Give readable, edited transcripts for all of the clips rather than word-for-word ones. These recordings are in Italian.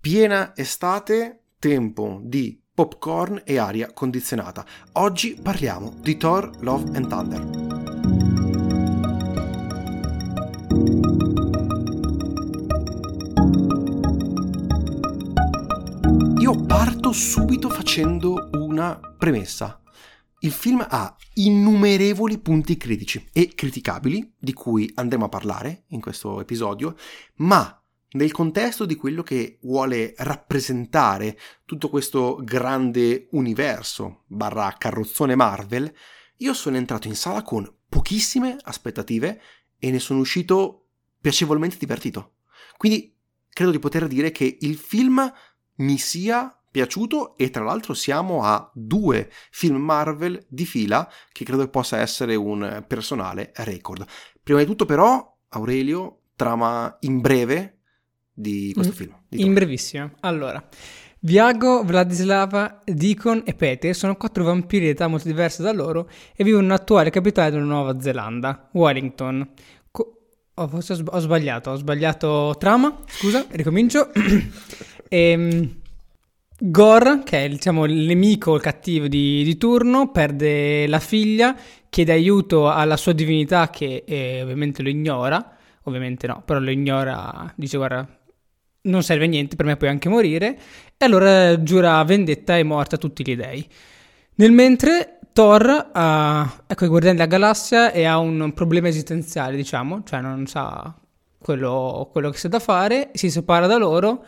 Piena estate, tempo di popcorn e aria condizionata. Oggi parliamo di Thor Love and Thunder. Io parto subito facendo una premessa. Il film ha innumerevoli punti critici e criticabili, di cui andremo a parlare in questo episodio, ma nel contesto di quello che vuole rappresentare tutto questo grande universo / carrozzone Marvel, io sono entrato in sala con pochissime aspettative e ne sono uscito piacevolmente divertito. Quindi credo di poter dire che il film mi sia piaciuto e tra l'altro siamo a 2 film Marvel di fila, che credo possa essere un personale record. Prima di tutto però, Aurelio, trama in breve di questo film. In brevissimo. Allora, Viago, Vladislava, Deacon e Peter sono 4 vampiri di età molto diverse da loro e vivono nell'attuale capitale della Nuova Zelanda, Wellington. Forse ho sbagliato trama, scusa, ricomincio. Gor, che è il nemico, il cattivo di turno, perde la figlia, chiede aiuto alla sua divinità che ovviamente lo ignora. Ovviamente no, però lo ignora, dice guarda, non serve a niente, per me puoi anche morire, e allora giura vendetta e morte a tutti gli dei. Nel mentre Thor ecco i Guardiani della Galassia e ha un problema esistenziale, diciamo, cioè non sa quello che sta da fare, si separa da loro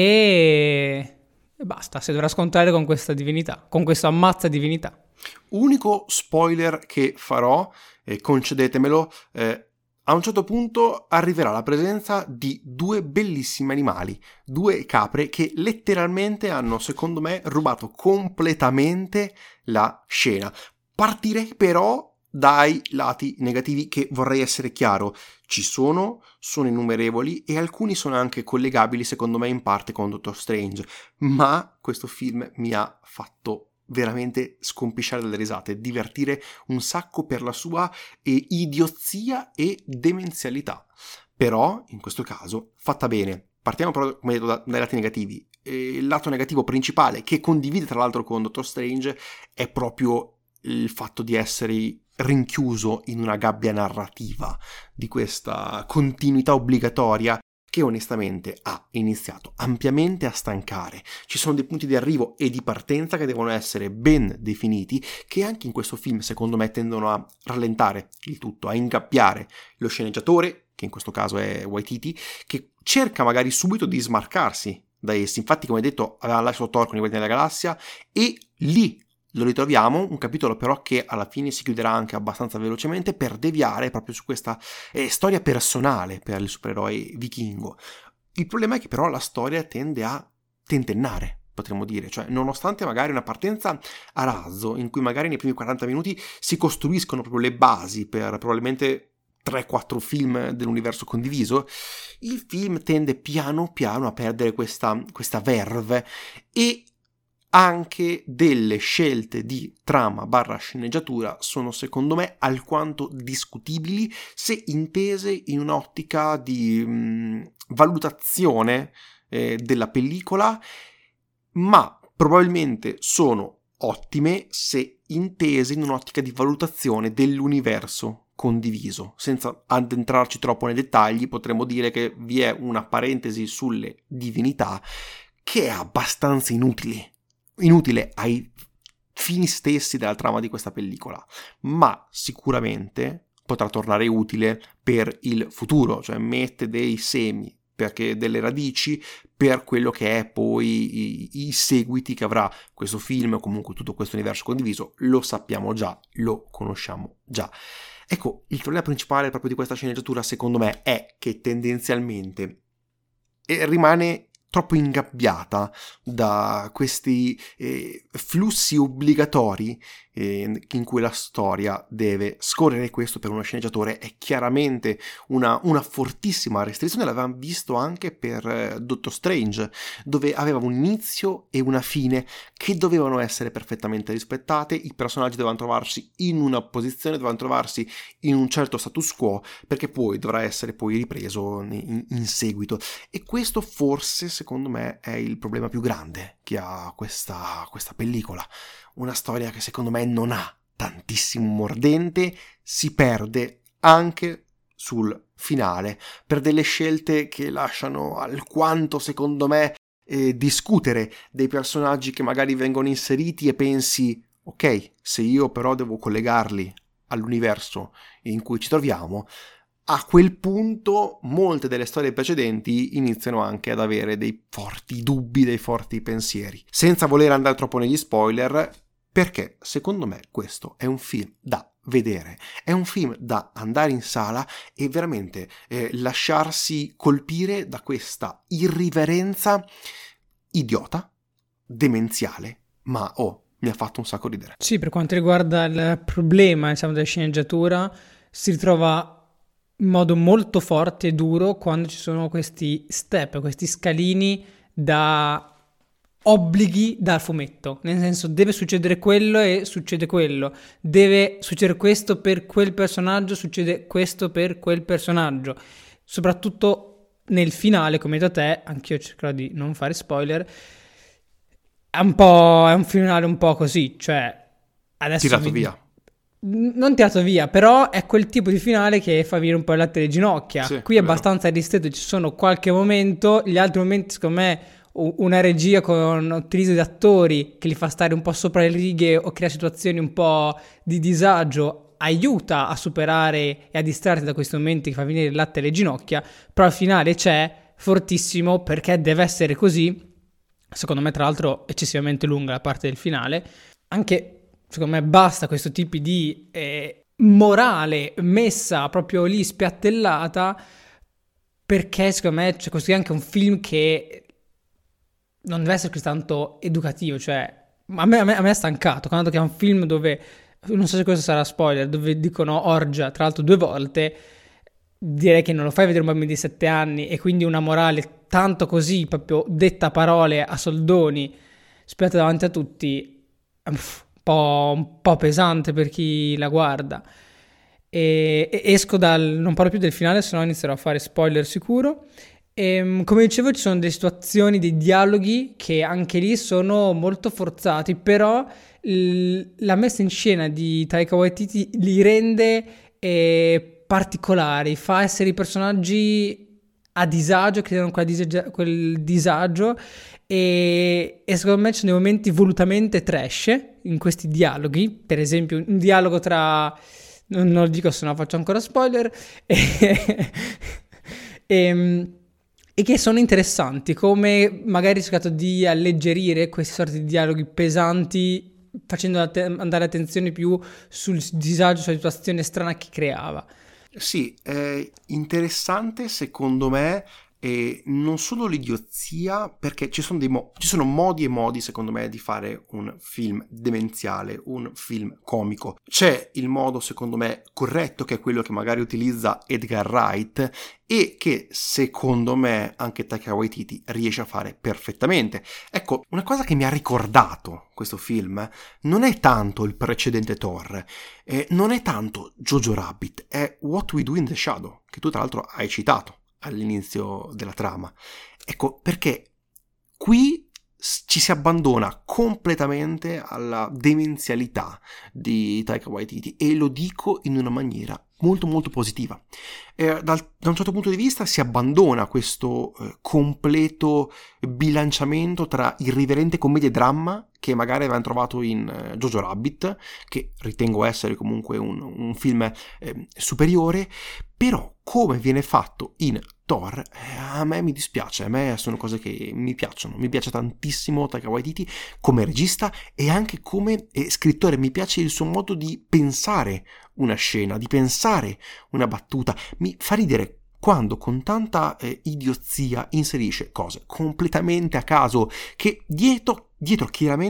e basta, si dovrà scontrare con questa divinità, con questa ammazza divinità. Unico spoiler che farò, concedetemelo, a un certo punto arriverà la presenza di 2 bellissimi animali, 2 capre che letteralmente hanno, secondo me, rubato completamente la scena. Partirei però dai lati negativi, che vorrei essere chiaro, ci sono innumerevoli e alcuni sono anche collegabili, secondo me, in parte con Doctor Strange, ma questo film mi ha fatto veramente scompisciare dalle risate, divertire un sacco per la sua idiozia e demenzialità. Però, in questo caso, fatta bene. Partiamo però, come detto, dai lati negativi. Il lato negativo principale, che condivide tra l'altro con Doctor Strange, è proprio il fatto di essere rinchiuso in una gabbia narrativa, di questa continuità obbligatoria che onestamente ha iniziato ampiamente a stancare. Ci sono dei punti di arrivo e di partenza che devono essere ben definiti, che anche in questo film secondo me tendono a rallentare il tutto, a ingabbiare lo sceneggiatore, che in questo caso è Waititi, che cerca magari subito di smarcarsi da essi. Infatti, come detto, aveva lasciato Thor con i Guardiani della Galassia e lì lo ritroviamo, un capitolo però che alla fine si chiuderà anche abbastanza velocemente per deviare proprio su questa storia personale per il supereroe vichingo. Il problema è che però la storia tende a tentennare, potremmo dire, cioè nonostante magari una partenza a razzo, in cui magari nei primi 40 minuti si costruiscono proprio le basi per probabilmente 3-4 film dell'universo condiviso, il film tende piano piano a perdere questa verve e anche delle scelte di trama / sceneggiatura sono secondo me alquanto discutibili se intese in un'ottica di valutazione della pellicola, ma probabilmente sono ottime se intese in un'ottica di valutazione dell'universo condiviso. Senza addentrarci troppo nei dettagli, potremmo dire che vi è una parentesi sulle divinità che è abbastanza inutile ai fini stessi della trama di questa pellicola, ma sicuramente potrà tornare utile per il futuro, cioè mette dei semi, perché delle radici per quello che è poi i seguiti che avrà questo film o comunque tutto questo universo condiviso. Lo sappiamo già, lo conosciamo già. Ecco, il problema principale proprio di questa sceneggiatura secondo me è che tendenzialmente rimane troppo ingabbiata da questi flussi obbligatori in cui la storia deve scorrere. Questo per uno sceneggiatore è chiaramente una fortissima restrizione. L'avevamo visto anche per Doctor Strange, dove aveva un inizio e una fine che dovevano essere perfettamente rispettate, i personaggi dovevano trovarsi in una posizione, dovevano trovarsi in un certo status quo, perché poi dovrà essere poi ripreso in seguito. E questo forse, secondo me, è il problema più grande che ha questa pellicola. Una storia che secondo me non ha tantissimo mordente, si perde anche sul finale per delle scelte che lasciano alquanto, secondo me, discutere, dei personaggi che magari vengono inseriti e pensi, ok, se io però devo collegarli all'universo in cui ci troviamo, a quel punto molte delle storie precedenti iniziano anche ad avere dei forti dubbi, dei forti pensieri. Senza voler andare troppo negli spoiler, perché secondo me questo è un film da vedere, è un film da andare in sala e veramente lasciarsi colpire da questa irriverenza idiota, demenziale, ma mi ha fatto un sacco ridere. Sì, per quanto riguarda il problema, diciamo, della sceneggiatura, si ritrova in modo molto forte e duro quando ci sono questi step, questi scalini da obblighi dal fumetto, nel senso deve succedere quello e succede quello, deve succedere questo per quel personaggio, succede questo per quel personaggio, soprattutto nel finale, come da te, anch'io cercherò di non fare spoiler, è un finale un po' così, cioè adesso tirato via. Non tirato via, però è quel tipo di finale che fa venire un po' il latte alle ginocchia. Sì, qui è abbastanza ristretto, ci sono qualche momento, gli altri momenti secondo me una regia con utilizzo di attori che li fa stare un po' sopra le righe o crea situazioni un po' di disagio aiuta a superare e a distrarti da questi momenti che fa venire il latte alle ginocchia, però il finale c'è fortissimo perché deve essere così. Secondo me tra l'altro eccessivamente lunga la parte del finale, anche secondo me basta questo tipo di morale messa proprio lì spiattellata, perché secondo me c'è questo anche un film che non deve essere così tanto educativo, cioè a me è stancato quando che è un film dove, non so se questo sarà spoiler, dove dicono orgia tra l'altro 2 volte, direi che non lo fai vedere un bambino di 7 anni e quindi una morale tanto così proprio detta a parole a soldoni spiata davanti a tutti un po' pesante per chi la guarda. E esco non parlo più del finale, sennò inizierò a fare spoiler sicuro. E, come dicevo, ci sono delle situazioni, dei dialoghi che anche lì sono molto forzati, però la messa in scena di Taika Waititi li rende particolari, fa essere i personaggi a disagio, creano quel disagio e secondo me ci sono dei momenti volutamente trash in questi dialoghi. Per esempio un dialogo tra, non lo dico se no faccio ancora spoiler, e che sono interessanti, come magari ho cercato di alleggerire questi sorti di dialoghi pesanti facendo andare l'attenzione più sul disagio, sulla situazione strana che creava. Sì, è interessante secondo me, e non solo l'idiozia, perché ci sono modi e modi secondo me di fare un film demenziale, un film comico. C'è il modo secondo me corretto, che è quello che magari utilizza Edgar Wright e che secondo me anche Taika Waititi riesce a fare perfettamente. Ecco, una cosa che mi ha ricordato questo film non è tanto il precedente Thor, non è tanto Jojo Rabbit, è What We Do in the Shadow, che tu tra l'altro hai citato all'inizio della trama. Ecco, perché qui ci si abbandona completamente alla demenzialità di Taika Waititi e lo dico in una maniera molto molto positiva. Da un certo punto di vista si abbandona questo completo bilanciamento tra irriverente commedia e dramma che magari avevamo trovato in Jojo Rabbit, che ritengo essere comunque un film superiore, però come viene fatto in Thor, a me mi dispiace, a me sono cose che mi piacciono, mi piace tantissimo Taika Waititi come regista e anche come scrittore, mi piace il suo modo di pensare una scena, di pensare una battuta, mi fa ridere quando con tanta idiozia inserisce cose completamente a caso che dietro chiaramente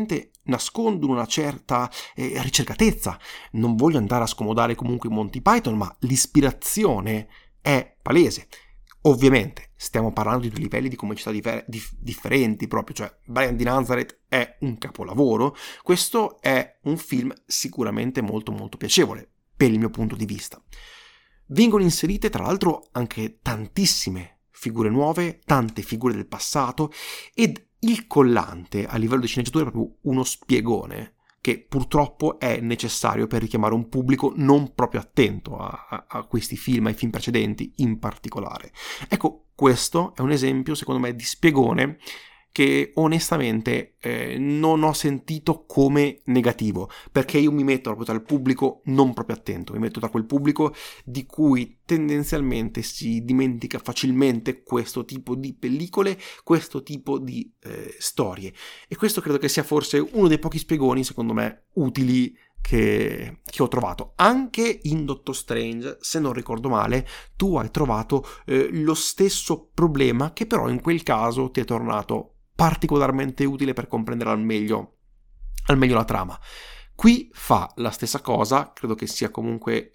nascondono una certa ricercatezza. Non voglio andare a scomodare comunque Monty Python, ma l'ispirazione è palese. Ovviamente stiamo parlando di due livelli di comicità differenti proprio, cioè Brian di Nazareth è un capolavoro, questo è un film sicuramente molto molto piacevole per il mio punto di vista. Vengono inserite tra l'altro anche tantissime figure nuove, tante figure del passato, ed il collante a livello di sceneggiatura è proprio uno spiegone che purtroppo è necessario per richiamare un pubblico non proprio attento a questi film, ai film precedenti in particolare. Ecco, questo è un esempio secondo me di spiegone che onestamente non ho sentito come negativo, perché io mi metto proprio tra il pubblico non proprio attento, mi metto tra quel pubblico di cui tendenzialmente si dimentica facilmente questo tipo di pellicole, questo tipo di storie, e questo credo che sia forse uno dei pochi spiegoni secondo me utili che ho trovato. Anche in Doctor Strange, se non ricordo male, tu hai trovato lo stesso problema, che però in quel caso ti è tornato particolarmente utile per comprendere al meglio la trama. Qui fa la stessa cosa, credo che sia comunque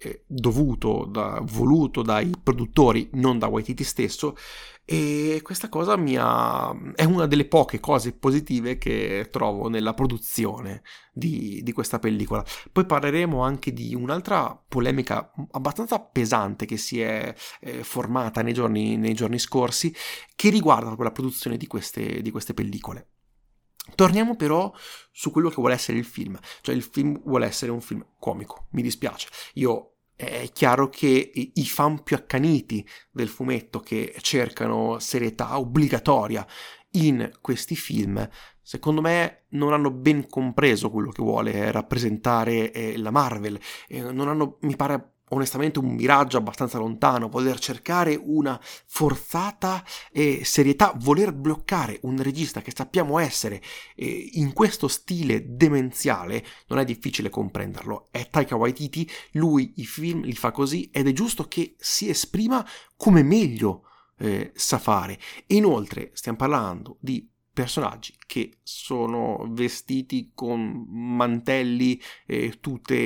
voluto dai produttori, non da Waititi stesso, e questa cosa è una delle poche cose positive che trovo nella produzione di questa pellicola. Poi parleremo anche di un'altra polemica abbastanza pesante che si è formata nei giorni scorsi, che riguarda proprio la produzione di queste pellicole. Torniamo però su quello che vuole essere il film, cioè il film vuole essere un film comico, mi dispiace. È chiaro che i fan più accaniti del fumetto, che cercano serietà obbligatoria in questi film, secondo me non hanno ben compreso quello che vuole rappresentare la Marvel, non hanno, mi pare onestamente, un miraggio abbastanza lontano, voler cercare una forzata serietà, voler bloccare un regista che sappiamo essere in questo stile demenziale. Non è difficile comprenderlo, è Taika Waititi, lui i film li fa così ed è giusto che si esprima come meglio sa fare. E inoltre stiamo parlando di personaggi che sono vestiti con mantelli, tute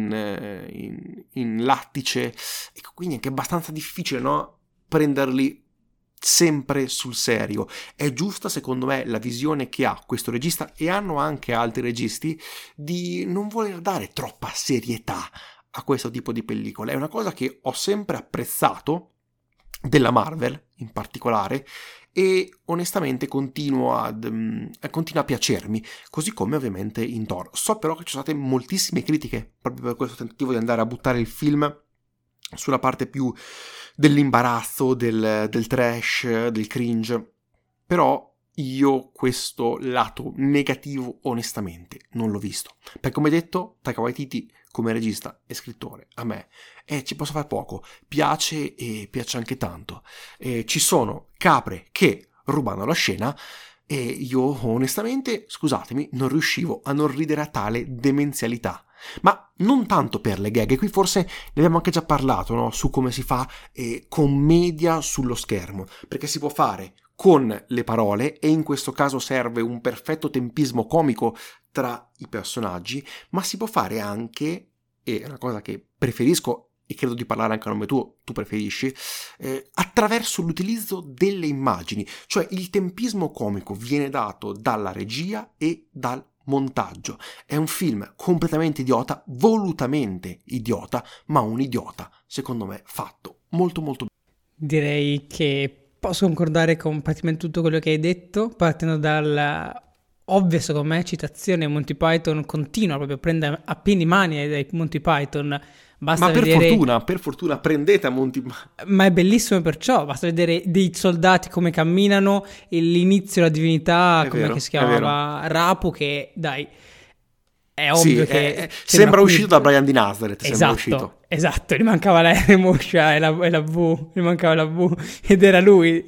in lattice, e quindi è anche abbastanza difficile, no, prenderli sempre sul serio. È giusta secondo me la visione che ha questo regista, e hanno anche altri registi, di non voler dare troppa serietà a questo tipo di pellicole. È una cosa che ho sempre apprezzato della Marvel in particolare, e onestamente continua a piacermi, così come ovviamente in Thor. So però che ci sono state moltissime critiche proprio per questo tentativo di andare a buttare il film sulla parte più dell'imbarazzo, del trash, del cringe, però io questo lato negativo onestamente non l'ho visto, perché come detto Taika Waititi come regista e scrittore a me ci posso fare poco, piace e piace anche tanto. Ci sono capre che rubano la scena e io onestamente, scusatemi, non riuscivo a non ridere a tale demenzialità. Ma non tanto per le gag, qui forse ne abbiamo anche già parlato, no? Su come si fa commedia sullo schermo, perché si può fare con le parole, e in questo caso serve un perfetto tempismo comico tra i personaggi, ma si può fare anche, e è una cosa che preferisco e credo di parlare anche a nome tuo, tu preferisci, attraverso l'utilizzo delle immagini, cioè il tempismo comico viene dato dalla regia e dal montaggio. È un film completamente idiota, volutamente idiota, ma un idiota, secondo me, fatto molto molto bene. Direi che posso concordare con praticamente tutto quello che hai detto, partendo dalla ovvia, secondo me, citazione. Monty Python continua proprio a prendere a pieni mani dai Monty Python. Basta ma vedere... per fortuna, prendete a Monty Python. Ma è bellissimo perciò, basta vedere dei soldati come camminano, l'inizio, la divinità, come si chiamava, Rapu, che dai, è ovvio che... sembra uscito da Brian di Nazareth, esatto, gli mancava la R moscia e la V, gli mancava la V, ed era lui.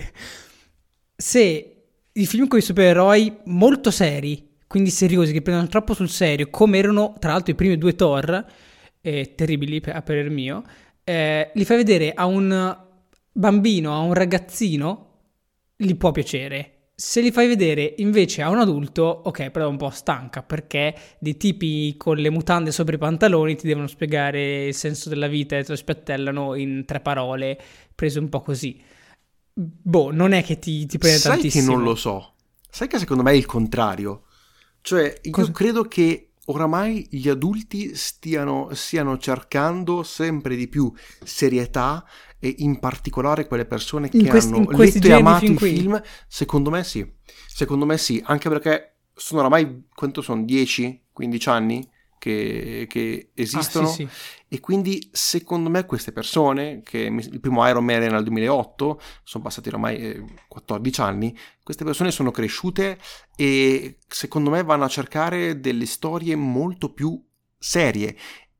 Se i film con i supereroi molto seri, quindi seriosi, che prendono troppo sul serio, come erano tra l'altro i primi due Thor, terribili a parer mio, li fai vedere a un bambino, a un ragazzino, gli può piacere. se li fai vedere invece a un adulto, ok, però è un po' stanca, perché dei tipi con le mutande sopra i pantaloni ti devono spiegare il senso della vita e te lo spiattellano in 3 parole, prese un po' così. Boh, non è che ti prende Sai tantissimo. che non lo so. Sai che secondo me è il contrario. Cioè, io credo che oramai gli adulti stiano cercando sempre di più serietà, e in particolare quelle persone che hanno letto e amato i film. Secondo me sì, anche perché sono oramai, quanto sono, 10-15 anni che esistono, sì. E quindi secondo me queste persone, che il primo Iron Man era nel 2008, sono passati oramai 14 anni, queste persone sono cresciute e secondo me vanno a cercare delle storie molto più serie,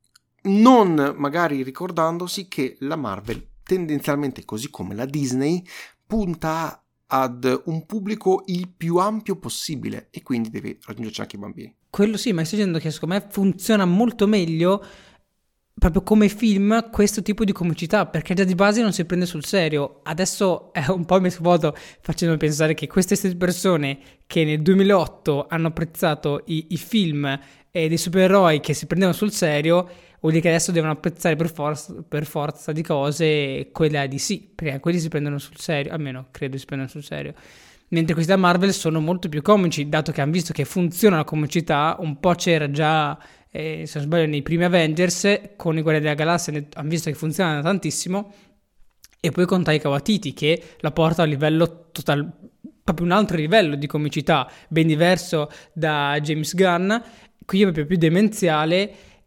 non magari ricordandosi che la Marvel tendenzialmente, così come la Disney, punta ad un pubblico il più ampio possibile e quindi deve raggiungerci anche i bambini. Quello sì, ma stai dicendo che secondo me funziona molto meglio proprio come film questo tipo di comicità, perché già di base non si prende sul serio. Adesso è un po' messo vuoto facendo pensare che queste stesse persone che nel 2008 hanno apprezzato i film dei supereroi che si prendevano sul serio, vuol dire che adesso devono apprezzare per forza di cose quella di sì, perché quelli si prendono sul serio, almeno credo si prendano sul serio. Mentre questi da Marvel sono molto più comici, dato che hanno visto che funziona la comicità. Un po' c'era già, se non sbaglio, nei primi Avengers, con i Guardiani della Galassia hanno visto che funziona tantissimo, e poi con Taika Waititi che la porta a livello proprio un altro livello di comicità, ben diverso da James Gunn, qui è proprio più demenziale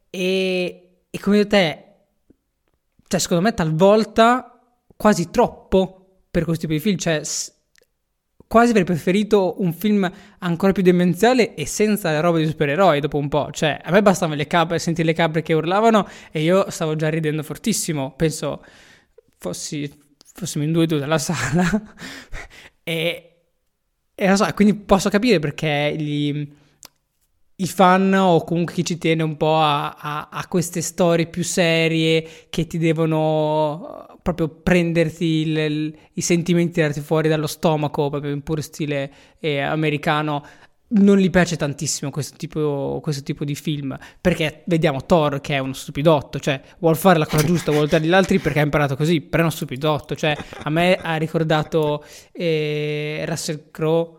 e come te, cioè secondo me talvolta quasi troppo per questo tipo di film, cioè quasi avrei preferito un film ancora più demenziale e senza la roba di supereroi dopo un po'. Cioè, a me bastavano le capre, sentire le capre che urlavano e io stavo già ridendo fortissimo. Penso fossimo in 2 dalla sala. e lo so, quindi posso capire perché i fan, o comunque chi ci tiene un po' a queste storie più serie che ti devono proprio prenderti i sentimenti, tirarti fuori dallo stomaco, proprio in puro stile americano, non gli piace tantissimo questo tipo di film, perché vediamo Thor che è uno stupidotto, cioè vuol fare la cosa giusta, vuol dare gli altri perché ha imparato così, però è uno stupidotto. Cioè a me ha ricordato Russell Crowe.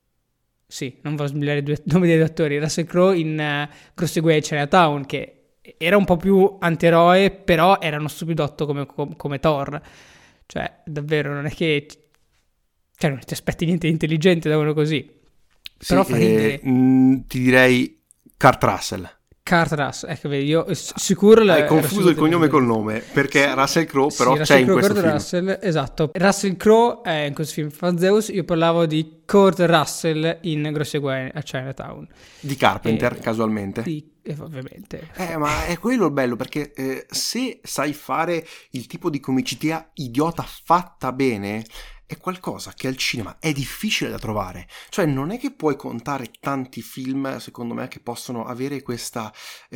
Sì, non voglio sbagliare i nomi degli attori. Russell Crowe in Grosse Guai Chinatown, che era un po' più antieroe, però era uno stupidotto come Thor. Cioè, davvero, non è che... Cioè, non ti aspetti niente di intelligente da uno così. Sì, però fa ridere. Ti direi Kurt Russell. Kurt Russell, ecco, vedi, io sicuro... Hai confuso il cognome col nome, perché sì, Russell Crowe però sì, c'è in questo film. Russell, esatto. Russell Crowe è in questo film fa Zeus, io parlavo di Kurt Russell in Grosse Guai a Chinatown. Di Carpenter, casualmente. Ovviamente. Ma è quello il bello, perché se sai fare il tipo di comicità idiota fatta bene, è qualcosa che al cinema è difficile da trovare. Cioè non è che puoi contare tanti film, secondo me, che possono avere questa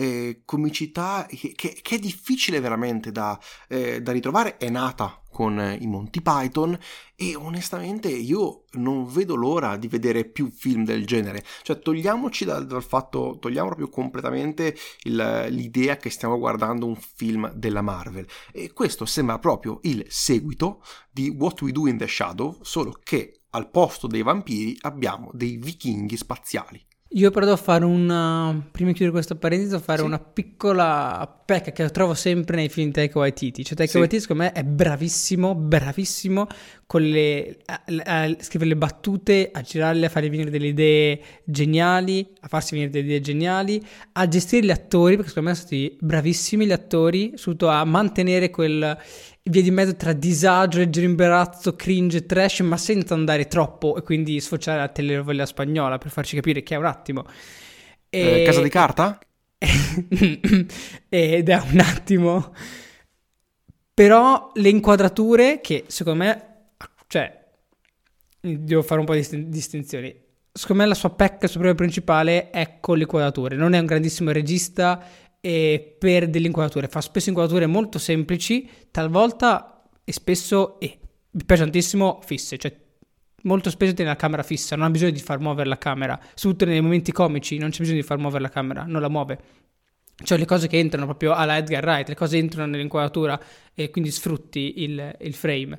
comicità che è difficile veramente da ritrovare. È nata con i Monty Python e onestamente io non vedo l'ora di vedere più film del genere. Cioè togliamoci dal fatto, togliamo proprio completamente l'idea che stiamo guardando un film della Marvel, e questo sembra proprio il seguito di What We Do in the Shadow, solo che al posto dei vampiri abbiamo dei vichinghi spaziali. Io però devo fare prima di chiudere questa parentesi, devo fare una piccola pecca che trovo sempre nei film di Taika Waititi. Cioè Taika Waititi secondo me è bravissimo con a scrivere le battute, a girarle, a fargli venire delle idee geniali, a farsi venire delle idee geniali, a gestire gli attori, perché secondo me sono stati bravissimi gli attori, soprattutto a mantenere quel via di mezzo tra disagio, leggero imbarazzo, cringe e trash, ma senza andare troppo e quindi sfociare la telenovela spagnola, per farci capire che è un attimo. Casa di Carta? Ed è un attimo. Però le inquadrature, che secondo me, cioè, devo fare un po' di distinzioni. Secondo me la sua pecca, il suo problema principale è con le inquadrature. Non è un grandissimo regista e per delle inquadrature, fa spesso inquadrature molto semplici, talvolta e spesso, mi piace tantissimo, fisse, cioè molto spesso tiene la camera fissa, non ha bisogno di far muovere la camera, soprattutto nei momenti comici non c'è bisogno di far muovere la camera, non la muove. Cioè le cose che entrano proprio alla Edgar Wright, le cose entrano nell'inquadratura e quindi sfrutti il frame.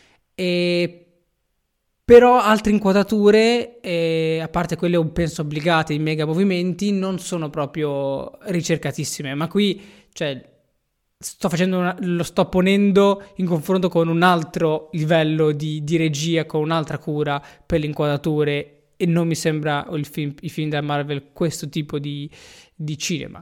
Però altre inquadrature, a parte quelle penso obbligate in mega movimenti, non sono proprio ricercatissime, ma qui, cioè, lo sto ponendo in confronto con un altro livello di regia, con un'altra cura per le inquadrature, e non mi sembra i film della Marvel questo tipo di cinema.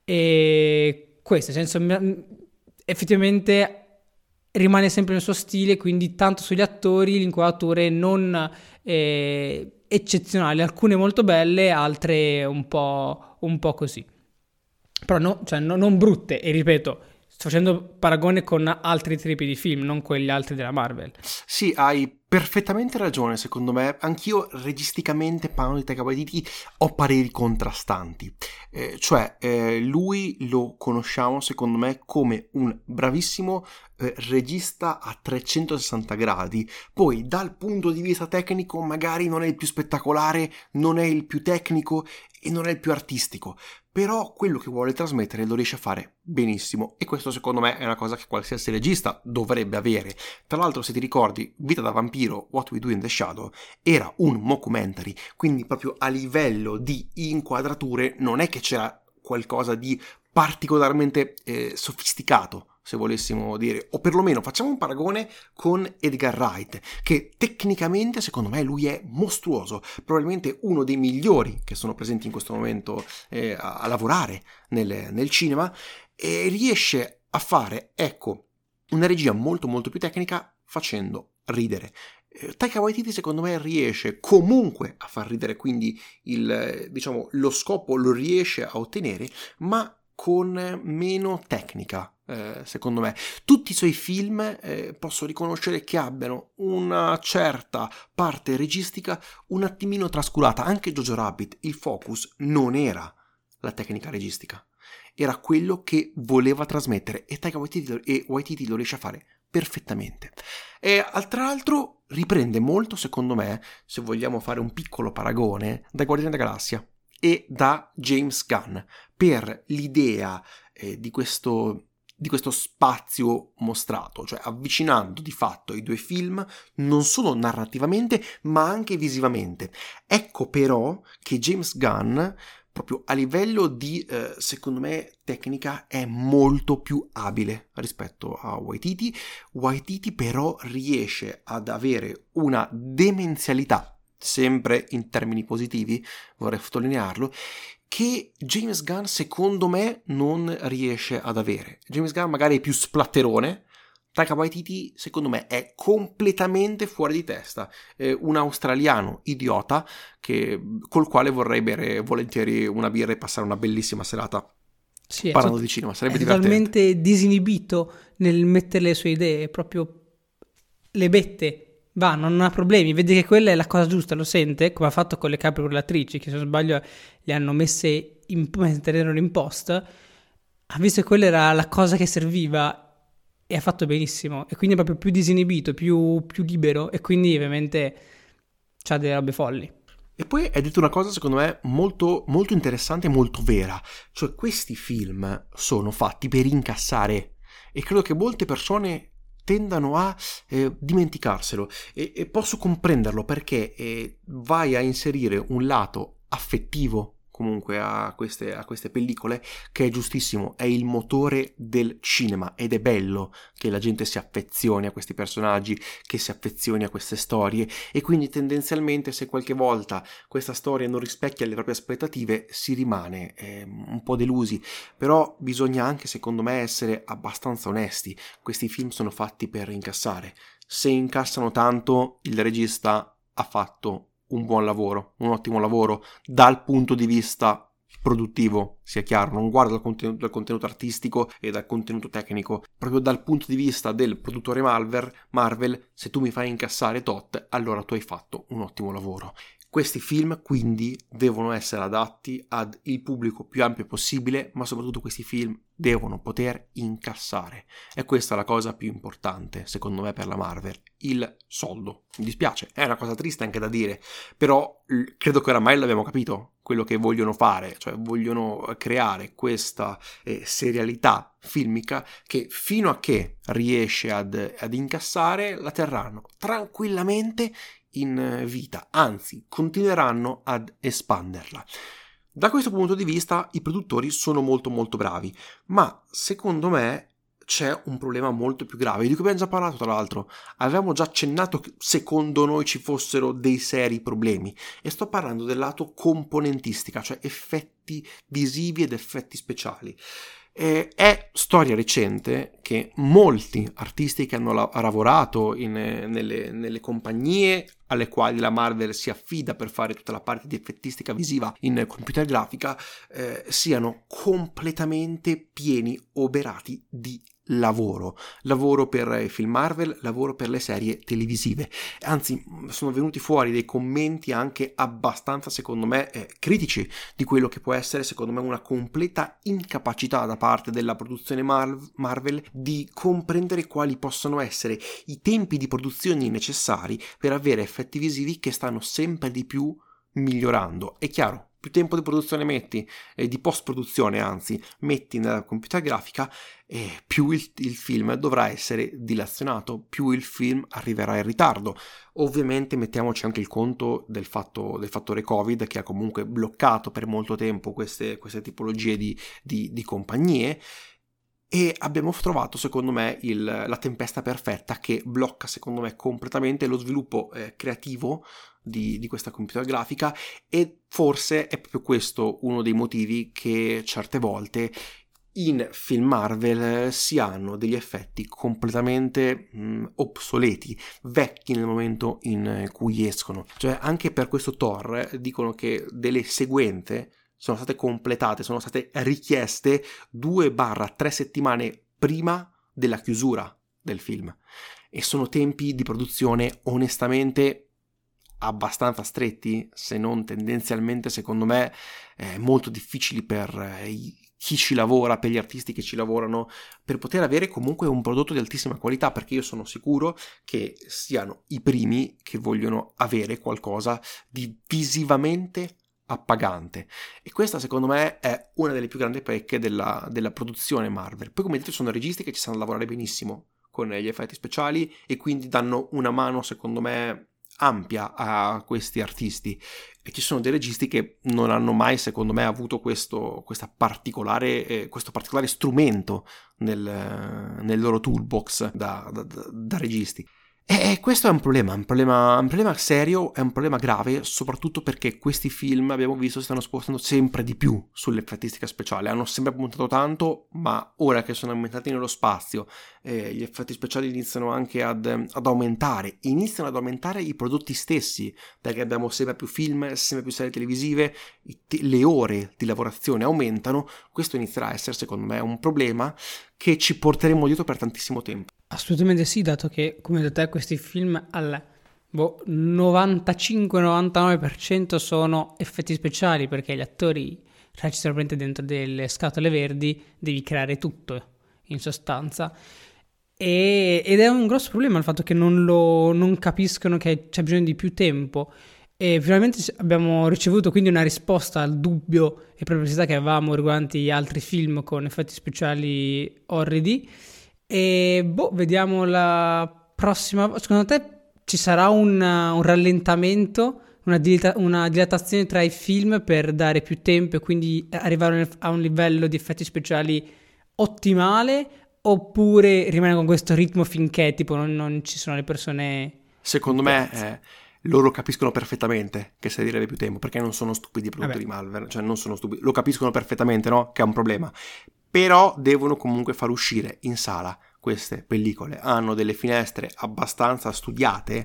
E questo, nel senso, effettivamente rimane sempre nel suo stile, quindi tanto sugli attori, le inquadrature non eccezionali, alcune molto belle, altre un po' così. Però non brutte, e ripeto, sto facendo paragone con altri tipi di film, non quelli altri della Marvel. Sì, hai perfettamente ragione, secondo me. Anch'io, registicamente, parlando di Taika Waititi, ho pareri contrastanti. Lui lo conosciamo, secondo me, come un bravissimo regista a 360 gradi. Poi, dal punto di vista tecnico, magari non è il più spettacolare, non è il più tecnico e non è il più artistico, però quello che vuole trasmettere lo riesce a fare benissimo, e questo secondo me è una cosa che qualsiasi regista dovrebbe avere. Tra l'altro, se ti ricordi, Vita da vampiro, What We Do in the Shadow era un mockumentary, quindi proprio a livello di inquadrature non è che c'era qualcosa di particolarmente sofisticato, se volessimo dire, o perlomeno facciamo un paragone con Edgar Wright, che tecnicamente secondo me lui è mostruoso, probabilmente uno dei migliori che sono presenti in questo momento a lavorare nel cinema, e riesce a fare, ecco, una regia molto molto più tecnica facendo ridere. Taika Waititi secondo me riesce comunque a far ridere, quindi lo scopo lo riesce a ottenere, ma con meno tecnica. Secondo me tutti i suoi film posso riconoscere che abbiano una certa parte registica un attimino trascurata. Anche Jojo Rabbit, il focus non era la tecnica registica, era quello che voleva trasmettere, e Taika Waititi lo riesce a fare perfettamente. E tra l'altro riprende molto, secondo me, se vogliamo fare un piccolo paragone, da Guardiani della Galassia e da James Gunn, per l'idea di questo spazio mostrato, cioè avvicinando di fatto i due film non solo narrativamente ma anche visivamente. Ecco però che James Gunn, proprio a livello di, secondo me, tecnica, è molto più abile rispetto a Waititi. Waititi però riesce ad avere una demenzialità, sempre in termini positivi, vorrei sottolinearlo, che James Gunn secondo me non riesce ad avere. James Gunn magari è più splatterone, Taika Waititi secondo me è completamente fuori di testa, un australiano idiota col quale vorrei bere volentieri una birra e passare una bellissima serata parlando di cinema, sarebbe divertente. È totalmente disinibito nel mettere le sue idee, proprio le bette. Va, non ha problemi, vede che quella è la cosa giusta, lo sente, come ha fatto con le capre urlatrici, che se non sbaglio le hanno messe in post, ha visto che quella era la cosa che serviva e ha fatto benissimo, e quindi è proprio più disinibito, più libero, e quindi ovviamente c'ha delle robe folli. E poi hai detto una cosa secondo me molto, molto interessante e molto vera, cioè questi film sono fatti per incassare, e credo che molte persone tendano a dimenticarselo, e posso comprenderlo, perché vai a inserire un lato affettivo comunque a queste pellicole, che è giustissimo, è il motore del cinema, ed è bello che la gente si affezioni a questi personaggi, che si affezioni a queste storie, e quindi tendenzialmente, se qualche volta questa storia non rispecchia le proprie aspettative, si rimane un po' delusi. Però bisogna anche, secondo me, essere abbastanza onesti. Questi film sono fatti per incassare. Se incassano tanto, il regista ha fatto un buon lavoro, un ottimo lavoro dal punto di vista produttivo, sia chiaro, non guarda dal contenuto artistico e dal contenuto tecnico, proprio dal punto di vista del produttore Marvel, se tu mi fai incassare tot, allora tu hai fatto un ottimo lavoro. Questi film quindi devono essere adatti ad il pubblico più ampio possibile, ma soprattutto questi film devono poter incassare. E questa è la cosa più importante, secondo me, per la Marvel, il soldo. Mi dispiace, è una cosa triste anche da dire, però credo che oramai l'abbiamo capito, quello che vogliono fare, cioè vogliono creare questa serialità filmica che fino a che riesce ad incassare la terranno tranquillamente in vita, anzi continueranno ad espanderla. Da questo punto di vista i produttori sono molto molto bravi, ma secondo me c'è un problema molto più grave, di cui abbiamo già parlato tra l'altro, avevamo già accennato che secondo noi ci fossero dei seri problemi, e sto parlando del lato componentistica, cioè effetti visivi ed effetti speciali. È storia recente che molti artisti che hanno lavorato nelle compagnie alle quali la Marvel si affida per fare tutta la parte di effettistica visiva in computer grafica siano completamente pieni, oberati di lavoro per i film Marvel, lavoro per le serie televisive. Anzi, sono venuti fuori dei commenti anche abbastanza, secondo me, critici di quello che può essere, secondo me, una completa incapacità da parte della produzione Marvel di comprendere quali possono essere i tempi di produzione necessari per avere effetti visivi che stanno sempre di più migliorando. È chiaro, più tempo di produzione metti, di post-produzione anzi, metti nella computer grafica, più il film dovrà essere dilazionato, più il film arriverà in ritardo. Ovviamente mettiamoci anche il conto del fattore Covid, che ha comunque bloccato per molto tempo queste tipologie di compagnie, e abbiamo trovato secondo me la tempesta perfetta che blocca secondo me completamente lo sviluppo creativo di questa computer grafica, e forse è proprio questo uno dei motivi che certe volte in film Marvel si hanno degli effetti completamente obsoleti, vecchi nel momento in cui escono. Cioè anche per questo Thor dicono che delle sequenze sono state completate, sono state richieste 2-3 settimane prima della chiusura del film, e sono tempi di produzione onestamente abbastanza stretti, se non tendenzialmente, secondo me, molto difficili per chi ci lavora, per gli artisti che ci lavorano, per poter avere comunque un prodotto di altissima qualità, perché io sono sicuro che siano i primi che vogliono avere qualcosa di visivamente appagante, e questa secondo me è una delle più grandi pecche della produzione Marvel. Poi, come detto, sono registi che ci sanno lavorare benissimo con gli effetti speciali e quindi danno una mano secondo me ampia a questi artisti, e ci sono dei registi che non hanno mai secondo me avuto questo particolare strumento nel loro toolbox da registi. E questo è un problema serio, è un problema grave, soprattutto perché questi film, abbiamo visto, si stanno spostando sempre di più sull'effettistica speciale. Hanno sempre puntato tanto, ma ora che sono aumentati nello spazio, gli effetti speciali iniziano anche ad aumentare. Iniziano ad aumentare i prodotti stessi, perché abbiamo sempre più film, sempre più serie televisive, le ore di lavorazione aumentano. Questo inizierà a essere, secondo me, un problema che ci porteremo dietro per tantissimo tempo. Assolutamente sì, dato che, come hai detto te, questi film al 95-99% sono effetti speciali, perché gli attori recitano dentro delle scatole verdi, devi creare tutto, in sostanza. Ed è un grosso problema il fatto che non capiscono che c'è bisogno di più tempo. E finalmente abbiamo ricevuto quindi una risposta al dubbio e perplessità che avevamo riguardanti altri film con effetti speciali orridi. E vediamo la prossima. Secondo te ci sarà un rallentamento, una dilatazione tra i film per dare più tempo e quindi arrivare a un livello di effetti speciali ottimale, oppure rimane con questo ritmo finché tipo non ci sono le persone? Secondo me loro capiscono perfettamente che servirebbe più tempo, perché non sono stupidi i produttori di Marvel, cioè non sono stupidi, lo capiscono perfettamente, no? Che è un problema. Però devono comunque far uscire in sala queste pellicole, hanno delle finestre abbastanza studiate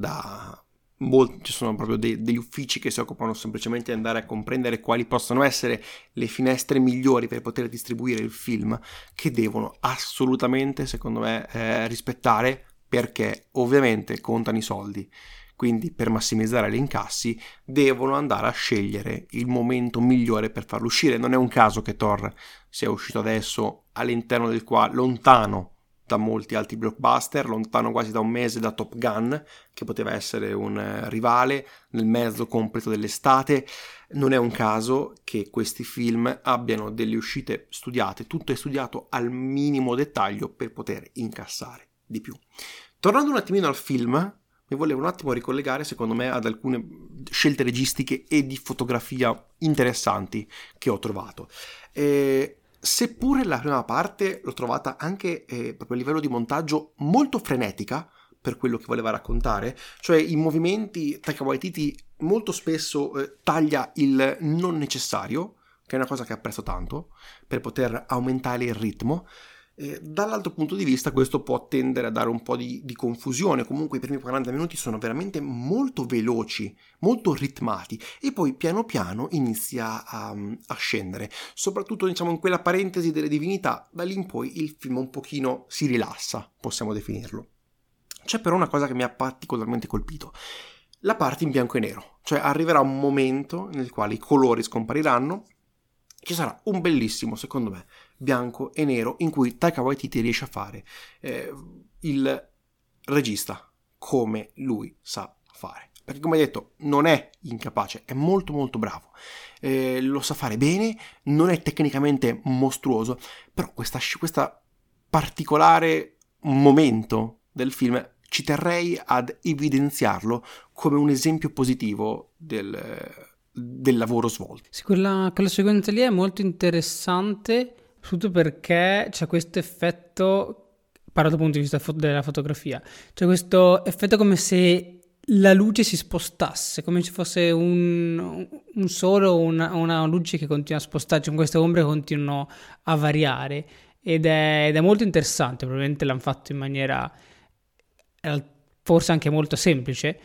ci sono proprio degli uffici che si occupano semplicemente di andare a comprendere quali possono essere le finestre migliori per poter distribuire il film, che devono assolutamente, secondo me, rispettare, perché ovviamente contano i soldi. quindi per massimizzare gli incassi devono andare a scegliere il momento migliore per farlo uscire. Non è un caso che Thor sia uscito adesso, all'interno del quale, lontano da molti altri blockbuster, lontano quasi da un mese da Top Gun, che poteva essere un rivale, nel mezzo completo dell'estate. Non è un caso che questi film abbiano delle uscite studiate, tutto è studiato al minimo dettaglio per poter incassare di più. Tornando un attimino al film, mi volevo un attimo ricollegare, secondo me, ad alcune scelte registiche e di fotografia interessanti che ho trovato. Seppure la prima parte l'ho trovata anche proprio a livello di montaggio molto frenetica per quello che voleva raccontare, cioè i movimenti Taika Waititi molto spesso taglia il non necessario, che è una cosa che apprezzo tanto, per poter aumentare il ritmo. Dall'altro punto di vista questo può tendere a dare un po' di confusione. Comunque i primi 40 minuti sono veramente molto veloci, molto ritmati, e poi piano piano inizia a scendere, soprattutto diciamo in quella parentesi delle divinità. Da lì in poi il film un pochino si rilassa, possiamo definirlo. C'è però una cosa che mi ha particolarmente colpito: la parte in bianco e nero, cioè arriverà un momento nel quale i colori scompariranno. Ci sarà un bellissimo, secondo me, bianco e nero in cui Taika Waititi riesce a fare il regista come lui sa fare. Perché, come detto, non è incapace, è molto molto bravo. Lo sa fare bene, non è tecnicamente mostruoso, però questa particolare momento del film ci terrei ad evidenziarlo come un esempio positivo del lavoro svolto. Sì, quella sequenza lì è molto interessante, soprattutto perché c'è questo effetto, parlo dal punto di vista della fotografia, c'è questo effetto come se la luce si spostasse, come se fosse un solo, una luce che continua a spostarsi, con queste ombre che continuano a variare, ed è molto interessante. Probabilmente l'hanno fatto in maniera forse anche molto semplice,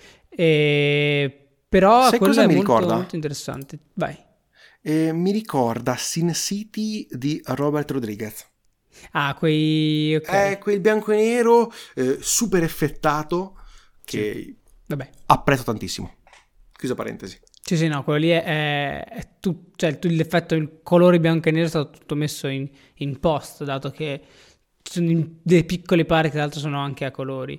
però sai quello cosa è mi molto, ricorda? molto interessante. Vai. Mi ricorda Sin City di Robert Rodriguez. Ah, quei... ok. È quel bianco e nero super effettato che Sì. Vabbè. apprezzo tantissimo. Chiusa parentesi. Sì, no, quello lì è cioè l'effetto, il colore bianco e nero è stato tutto messo in post, dato che ci sono delle piccole parti che tra l'altro sono anche a colori.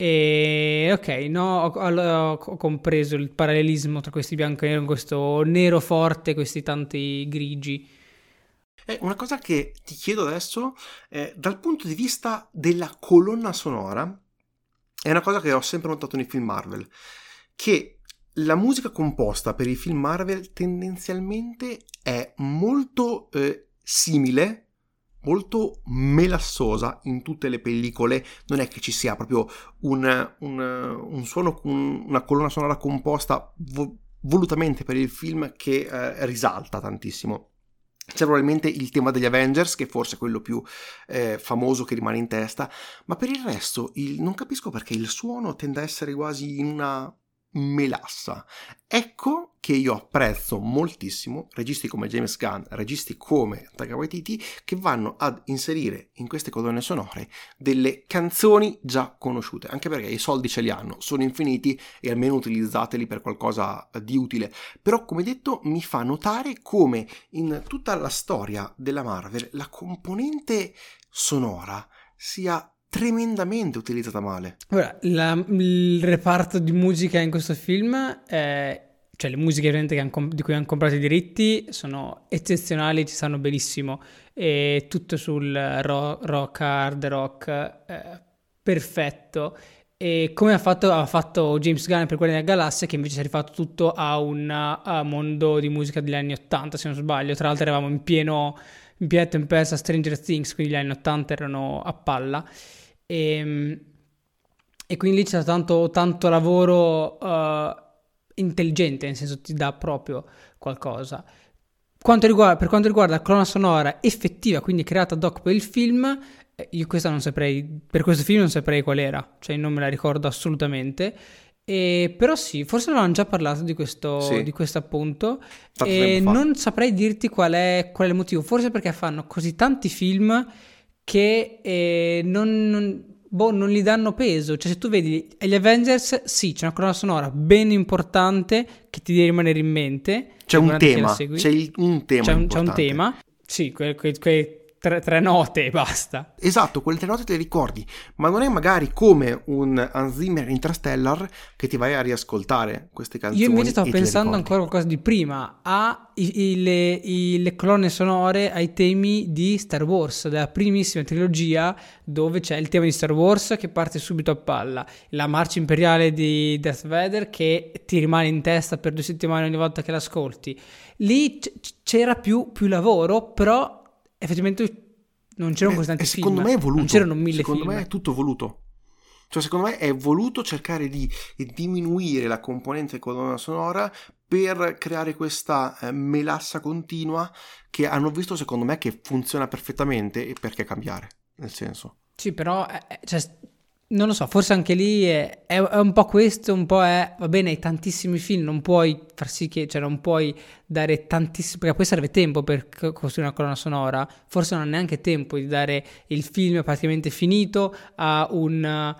E ok, no, ho compreso il parallelismo tra questi bianco e nero, questo nero forte, questi tanti grigi. Una cosa che ti chiedo adesso, dal punto di vista della colonna sonora, è una cosa che ho sempre notato nei film Marvel, che la musica composta per i film Marvel tendenzialmente è molto simile, molto melassosa in tutte le pellicole. Non è che ci sia proprio un suono, una colonna sonora composta volutamente per il film che risalta tantissimo. C'è probabilmente il tema degli Avengers, che forse è quello più famoso che rimane in testa, ma per il resto non capisco perché il suono tende a essere quasi in una melassa. Ecco che io apprezzo moltissimo registi come James Gunn, registi come Taika Waititi, che vanno ad inserire in queste colonne sonore delle canzoni già conosciute, anche perché i soldi ce li hanno, sono infiniti e almeno utilizzateli per qualcosa di utile. Però, come detto, mi fa notare come in tutta la storia della Marvel la componente sonora sia tremendamente utilizzata male. Ora, il reparto di musica in questo film, cioè le musiche ovviamente di cui hanno comprato i diritti, sono eccezionali, ci stanno benissimo, e tutto sul rock, hard rock, perfetto. E come ha fatto James Gunn per Guardiani della Galassia, che invece si è rifatto tutto a un mondo di musica degli anni 80, se non sbaglio. Tra l'altro eravamo in piena tempesta Stranger Things, quindi gli anni 80 erano a palla. E quindi lì c'è tanto lavoro intelligente, nel senso ti dà proprio qualcosa. Per quanto riguarda la colonna sonora effettiva, quindi creata ad hoc per il film, io questa non saprei, per questo film non saprei qual era, cioè non me la ricordo assolutamente. Però sì, forse avevamo già parlato di questo appunto, e non saprei dirti qual è il motivo. Forse perché fanno così tanti film che non gli danno peso. Cioè, se tu vedi gli Avengers, sì, c'è una colonna sonora ben importante che ti deve rimanere in mente. C'è un tema, un tema. Sì, quei tre note e basta. Esatto, quelle 3 note te le ricordi, ma non è magari come un Hans Zimmer Interstellar che ti vai a riascoltare queste canzoni. Io invece stavo pensando ancora qualcosa di prima, le colonne sonore ai temi di Star Wars, della primissima trilogia, dove c'è il tema di Star Wars che parte subito a palla, la marcia imperiale di Darth Vader che ti rimane in testa per 2 settimane ogni volta che l'ascolti. Lì c'era più lavoro, però effettivamente non c'erano costanti film. Secondo me è voluto. Non c'erano 1000 film. Secondo me è tutto voluto. Cioè, secondo me è voluto cercare di diminuire la componente colonna sonora per creare questa melassa continua che hanno visto, secondo me, che funziona perfettamente, e perché cambiare, nel senso. Sì, però cioè, non lo so, forse anche lì è un po' questo, un po' è, va bene, hai tantissimi film, non puoi far sì che, cioè non puoi dare tantissimi, perché poi serve tempo per costruire una colonna sonora, forse non ha neanche tempo di dare il film praticamente finito a un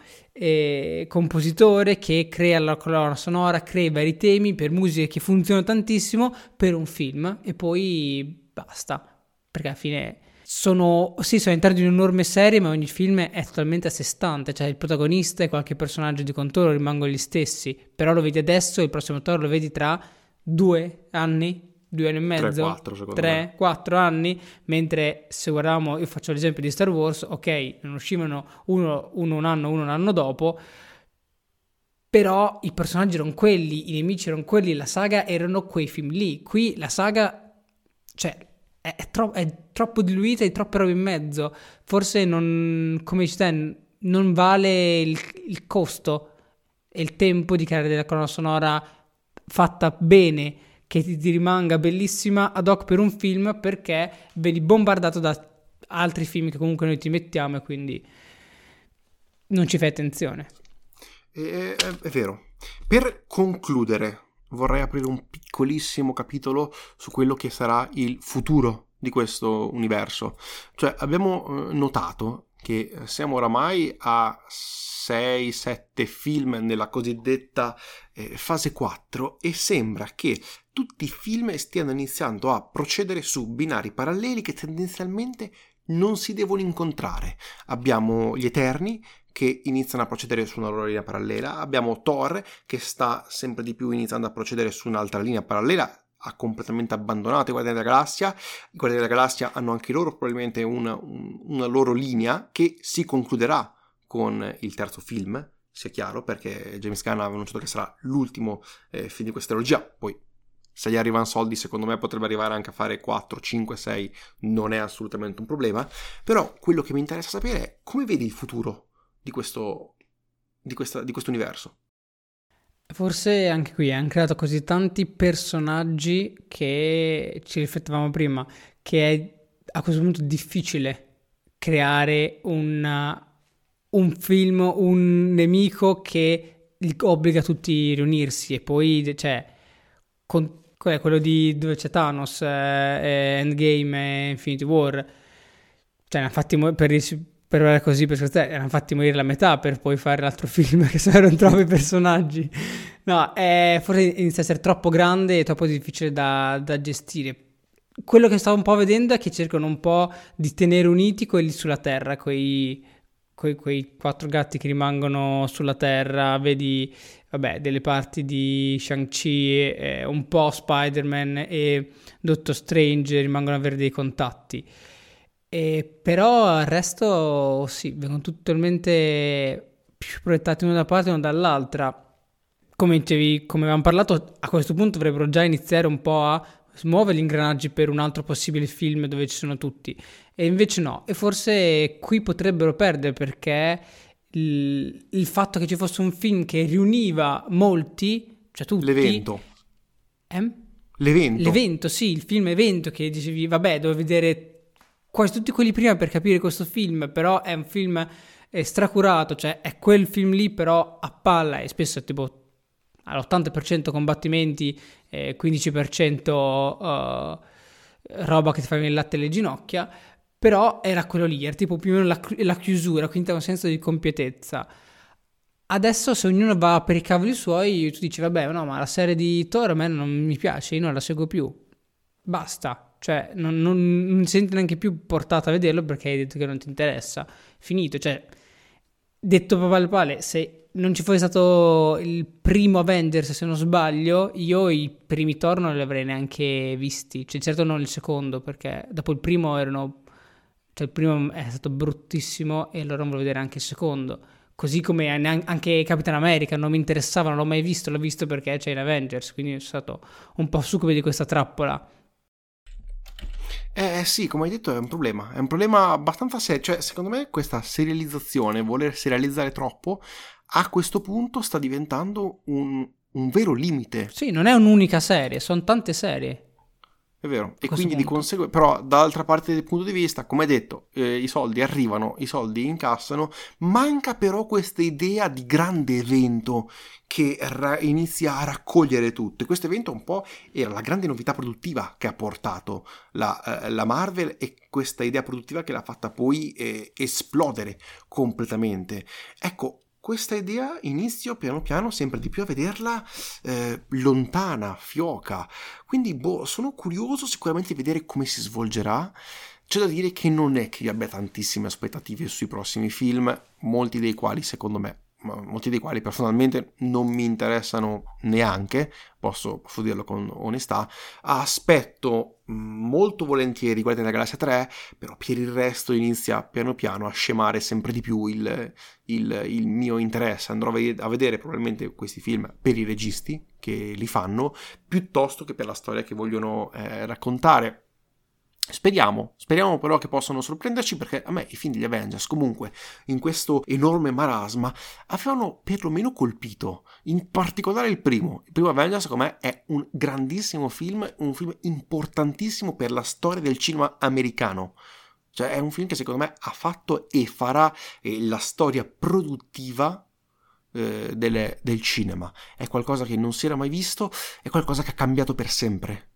compositore che crea la colonna sonora, crea i vari temi per musiche che funzionano tantissimo per un film e poi basta, perché alla fine... Sono all'interno di un'enorme serie, ma ogni film è totalmente a sé stante, cioè il protagonista e qualche personaggio di contorno rimangono gli stessi, però lo vedi adesso, il prossimo Thor lo vedi tra 2 anni, 2 anni e mezzo, 3-4 anni, mentre se guardiamo, io faccio l'esempio di Star Wars, ok, non uscivano uno un anno dopo, però i personaggi erano quelli, i nemici erano quelli, la saga erano quei film lì, qui la saga, cioè... È troppo diluita e troppe robe in mezzo. Forse non, come dici te, non vale il costo e il tempo di creare della colonna sonora fatta bene, che ti rimanga bellissima ad hoc per un film, perché vedi bombardato da altri film che comunque noi ti mettiamo e quindi non ci fai attenzione. È vero. Per concludere, vorrei aprire un piccolissimo capitolo su quello che sarà il futuro di questo universo. Cioè, abbiamo notato che siamo oramai a 6-7 film nella cosiddetta fase 4 e sembra che tutti i film stiano iniziando a procedere su binari paralleli che tendenzialmente non si devono incontrare. Abbiamo gli Eterni che iniziano a procedere su una loro linea parallela, abbiamo Thor che sta sempre di più iniziando a procedere su un'altra linea parallela, ha completamente abbandonato i Guardiani della Galassia. I Guardiani della Galassia hanno anche loro probabilmente una loro linea che si concluderà con il terzo film, sia chiaro, perché James Gunn aveva annunciato che sarà l'ultimo film di questa trilogia. Poi se gli arrivano soldi, secondo me potrebbe arrivare anche a fare 4, 5, 6, non è assolutamente un problema. Però quello che mi interessa sapere è come vedi il futuro di questo universo. Forse anche qui hanno creato così tanti personaggi che ci riflettevamo prima, che è a questo punto difficile creare un film, un nemico che obbliga tutti a riunirsi. E poi c'è quello di dove c'è Thanos, Endgame e Infinity War, cioè ne ha fatti per così, per scherzare, hanno fatti morire la metà per poi fare l'altro film, che erano troppi personaggi. No, forse inizia a essere troppo grande e troppo difficile da gestire. Quello che stavo un po' vedendo è che cercano un po' di tenere uniti quelli sulla Terra, quei 4 gatti che rimangono sulla Terra. Vedi, vabbè, delle parti di Shang-Chi, un po' Spider-Man e Doctor Strange rimangono ad avere dei contatti. Però il resto sì, vengono totalmente più proiettati uno da parte e uno dall'altra. Come dicevi, come avevamo parlato, a questo punto dovrebbero già iniziare un po' a smuovere gli ingranaggi per un altro possibile film dove ci sono tutti, e invece no, e forse qui potrebbero perdere, perché il fatto che ci fosse un film che riuniva molti, cioè tutti, l'evento, sì, il film evento, che dicevi vabbè, devo vedere quasi tutti quelli prima per capire questo film, però è un film stracurato, cioè è quel film lì però a palla, e spesso è tipo all'80% combattimenti, 15% roba che ti fa venire il latte alle ginocchia. Però era quello lì, era tipo più o meno la chiusura, quindi un senso di compiutezza. Adesso se ognuno va per i cavoli suoi, tu dici vabbè no, ma la serie di Thor a me non mi piace, io non la seguo più. Basta, cioè non ti senti neanche più portato a vederlo perché hai detto che non ti interessa. Finito, cioè detto proprio al pale, se non ci fosse stato il primo Avengers, se non sbaglio, io i primi Thor non li avrei neanche visti, cioè certo non il secondo perché dopo il primo erano, cioè il primo è stato bruttissimo e allora non volevo vedere anche il secondo. Così come anche Capitan America non mi interessava, non l'ho mai visto, l'ho visto perché c'è in Avengers, quindi sono stato un po' succube di questa trappola. Sì, come hai detto è un problema abbastanza serio, cioè secondo me questa serializzazione, voler serializzare troppo, a questo punto sta diventando un vero limite. Sì, non è un'unica serie, sono tante serie È vero, a e questo quindi di punto. conseguenza, però dall'altra parte del punto di vista, come hai detto, i soldi arrivano, i soldi incassano, manca però questa idea di grande evento che inizia a raccogliere tutto. E questo evento un po' era la grande novità produttiva che ha portato la Marvel e questa idea produttiva che l'ha fatta poi esplodere completamente. Ecco, questa idea inizio piano piano sempre di più a vederla lontana, fioca. Quindi, sono curioso sicuramente di vedere come si svolgerà. C'è da dire che non è che io abbia tantissime aspettative sui prossimi film, molti dei quali, secondo me, molti dei quali personalmente non mi interessano neanche, posso dirlo con onestà. Aspetto molto volentieri Guardiani della Galassia 3, però per il resto inizia piano piano a scemare sempre di più il mio interesse. Andrò a vedere probabilmente questi film per i registi che li fanno, piuttosto che per la storia che vogliono raccontare. Speriamo però che possano sorprenderci, perché a me i film degli Avengers comunque in questo enorme marasma avevano perlomeno colpito, in particolare il primo Avengers secondo me è un grandissimo film, un film importantissimo per la storia del cinema americano. Cioè è un film che secondo me ha fatto e farà la storia produttiva del cinema. È qualcosa che non si era mai visto, è qualcosa che ha cambiato per sempre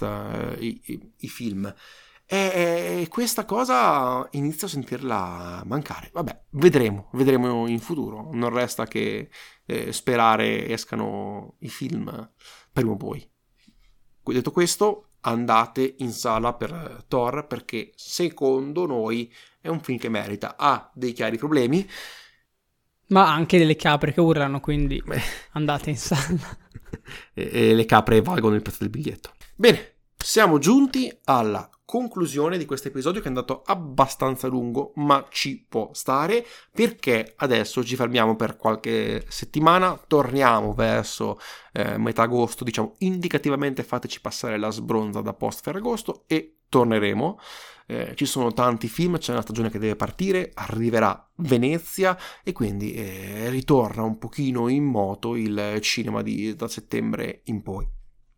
i film. E questa cosa inizio a sentirla mancare. Vabbè, vedremo in futuro. Non resta che sperare escano i film prima o poi. Detto questo, andate in sala per Thor, perché secondo noi è un film che merita. Ha dei chiari problemi. Ma anche delle capre che urlano, quindi andate in sala. E le capre valgono il prezzo del biglietto. Bene, siamo giunti alla conclusione di questo episodio, che è andato abbastanza lungo, ma ci può stare, perché adesso ci fermiamo per qualche settimana, torniamo verso metà agosto, diciamo indicativamente fateci passare la sbronza da post Ferragosto e torneremo. Ci sono tanti film, c'è una stagione che deve partire, arriverà Venezia e quindi ritorna un pochino in moto il cinema da settembre in poi.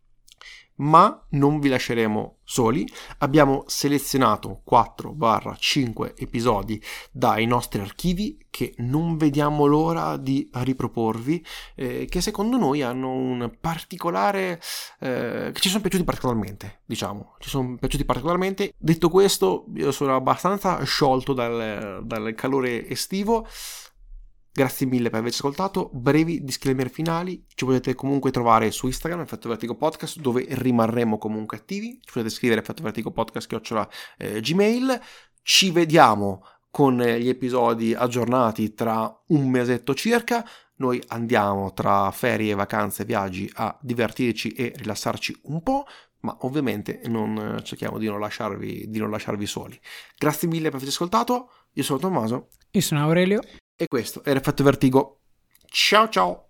Ma non vi lasceremo soli, abbiamo selezionato 4-5 episodi dai nostri archivi che non vediamo l'ora di riproporvi, che secondo noi hanno un particolare, che ci sono piaciuti particolarmente, diciamo, ci sono piaciuti particolarmente. Detto questo, io sono abbastanza sciolto dal calore estivo. Grazie mille per averci ascoltato. Brevi disclaimer finali: ci potete comunque trovare su Instagram, Effetto Vertigo Podcast, dove rimarremo comunque attivi. Ci potete scrivere effettovertigopodcast@gmail. Ci vediamo con gli episodi aggiornati tra un mesetto circa. Noi andiamo tra ferie, vacanze e viaggi a divertirci e rilassarci un po', ma ovviamente non cerchiamo di non lasciarvi soli. Grazie mille per averci ascoltato. Io sono Tommaso. Io sono Aurelio. E questo era Effetto Vertigo. Ciao ciao!